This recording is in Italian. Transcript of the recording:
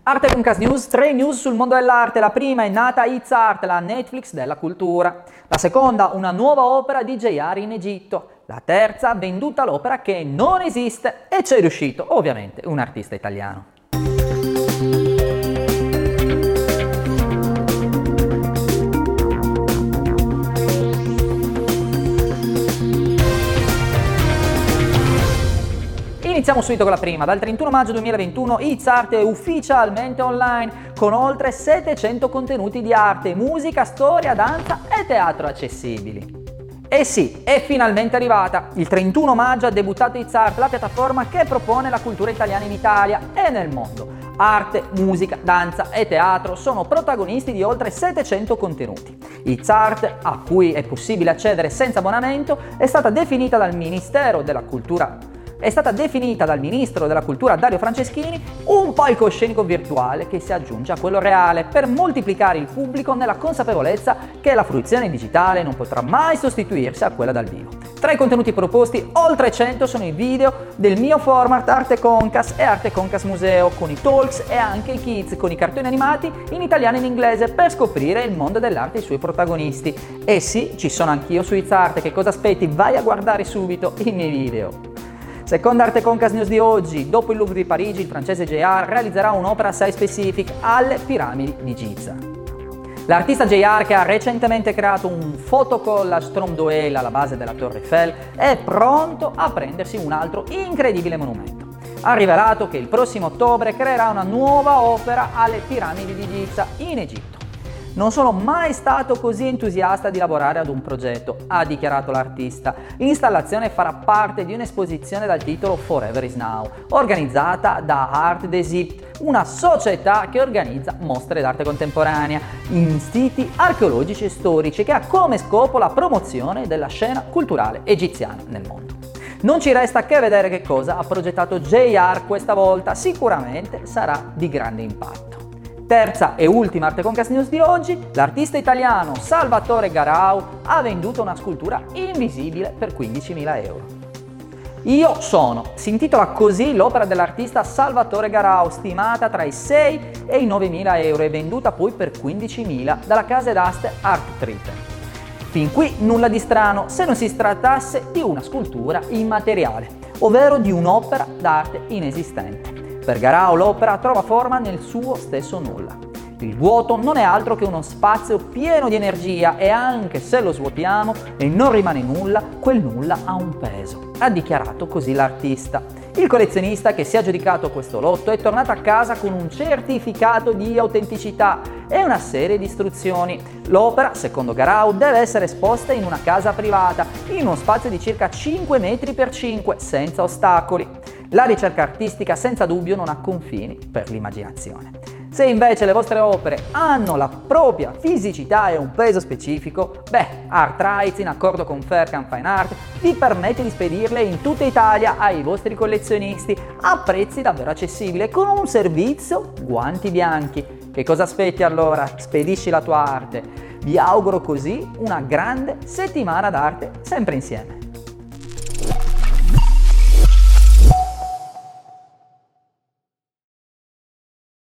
Arte Concast News, 3 news sul mondo dell'arte. La prima è nata It's Art, la Netflix della cultura. La seconda, una nuova opera di J.R. in Egitto. La terza, venduta l'opera che non esiste e c'è riuscito, ovviamente, un artista italiano. Iniziamo subito con la prima. Dal 31 maggio 2021 It's Art è ufficialmente online con oltre 700 contenuti di arte, musica, storia, danza e teatro accessibili. E sì, è finalmente arrivata! Il 31 maggio ha debuttato It's Art, la piattaforma che propone la cultura italiana in Italia e nel mondo. Arte, musica, danza e teatro sono protagonisti di oltre 700 contenuti. It's Art, a cui è possibile accedere senza abbonamento, è stata definita dal Ministro della Cultura Dario Franceschini un palcoscenico virtuale che si aggiunge a quello reale per moltiplicare il pubblico nella consapevolezza che la fruizione digitale non potrà mai sostituirsi a quella dal vivo. Tra i contenuti proposti, oltre 100 sono i video del mio format Arte Concast e Arte Concast Museo, con i talks e anche i kids con i cartoni animati in italiano e in inglese per scoprire il mondo dell'arte e i suoi protagonisti. E sì, ci sono anch'io su It's Art, che cosa aspetti? Vai a guardare subito i miei video. Seconda Arte Concast News di oggi, dopo il Louvre di Parigi, il francese J.R. realizzerà un'opera site specific alle piramidi di Giza. L'artista J.R., che ha recentemente creato un photocollage Trompe-l'œil alla base della Torre Eiffel, è pronto a prendersi un altro incredibile monumento. Ha rivelato che il prossimo ottobre creerà una nuova opera alle piramidi di Giza in Egitto. Non sono mai stato così entusiasta di lavorare ad un progetto, ha dichiarato l'artista. L'installazione farà parte di un'esposizione dal titolo Forever is Now, organizzata da Art d'Égypte, una società che organizza mostre d'arte contemporanea in siti archeologici e storici, che ha come scopo la promozione della scena culturale egiziana nel mondo. Non ci resta che vedere che cosa ha progettato J.R. questa volta, sicuramente sarà di grande impatto. Terza e ultima Arte Concast News di oggi, l'artista italiano Salvatore Garau ha venduto una scultura invisibile per 15.000 euro. Io sono, si intitola così l'opera dell'artista Salvatore Garau, stimata tra i 6 e i 9.000 euro e venduta poi per 15.000 dalla casa d'aste Art Tripper. Fin qui nulla di strano se non si trattasse di una scultura immateriale, ovvero di un'opera d'arte inesistente. Per Garau l'opera trova forma nel suo stesso nulla. Il vuoto non è altro che uno spazio pieno di energia e anche se lo svuotiamo e non rimane nulla, quel nulla ha un peso, ha dichiarato così l'artista. Il collezionista che si è aggiudicato questo lotto è tornato a casa con un certificato di autenticità e una serie di istruzioni. L'opera, secondo Garau, deve essere esposta in una casa privata, in uno spazio di circa 5 metri per 5, senza ostacoli. La ricerca artistica senza dubbio non ha confini per l'immaginazione. Se invece le vostre opere hanno la propria fisicità e un peso specifico, Art Rights, in accordo con Faircamp Fine Art, vi permette di spedirle in tutta Italia ai vostri collezionisti a prezzi davvero accessibili, con un servizio guanti bianchi. Che cosa aspetti allora? Spedisci la tua arte. Vi auguro così una grande settimana d'arte sempre insieme.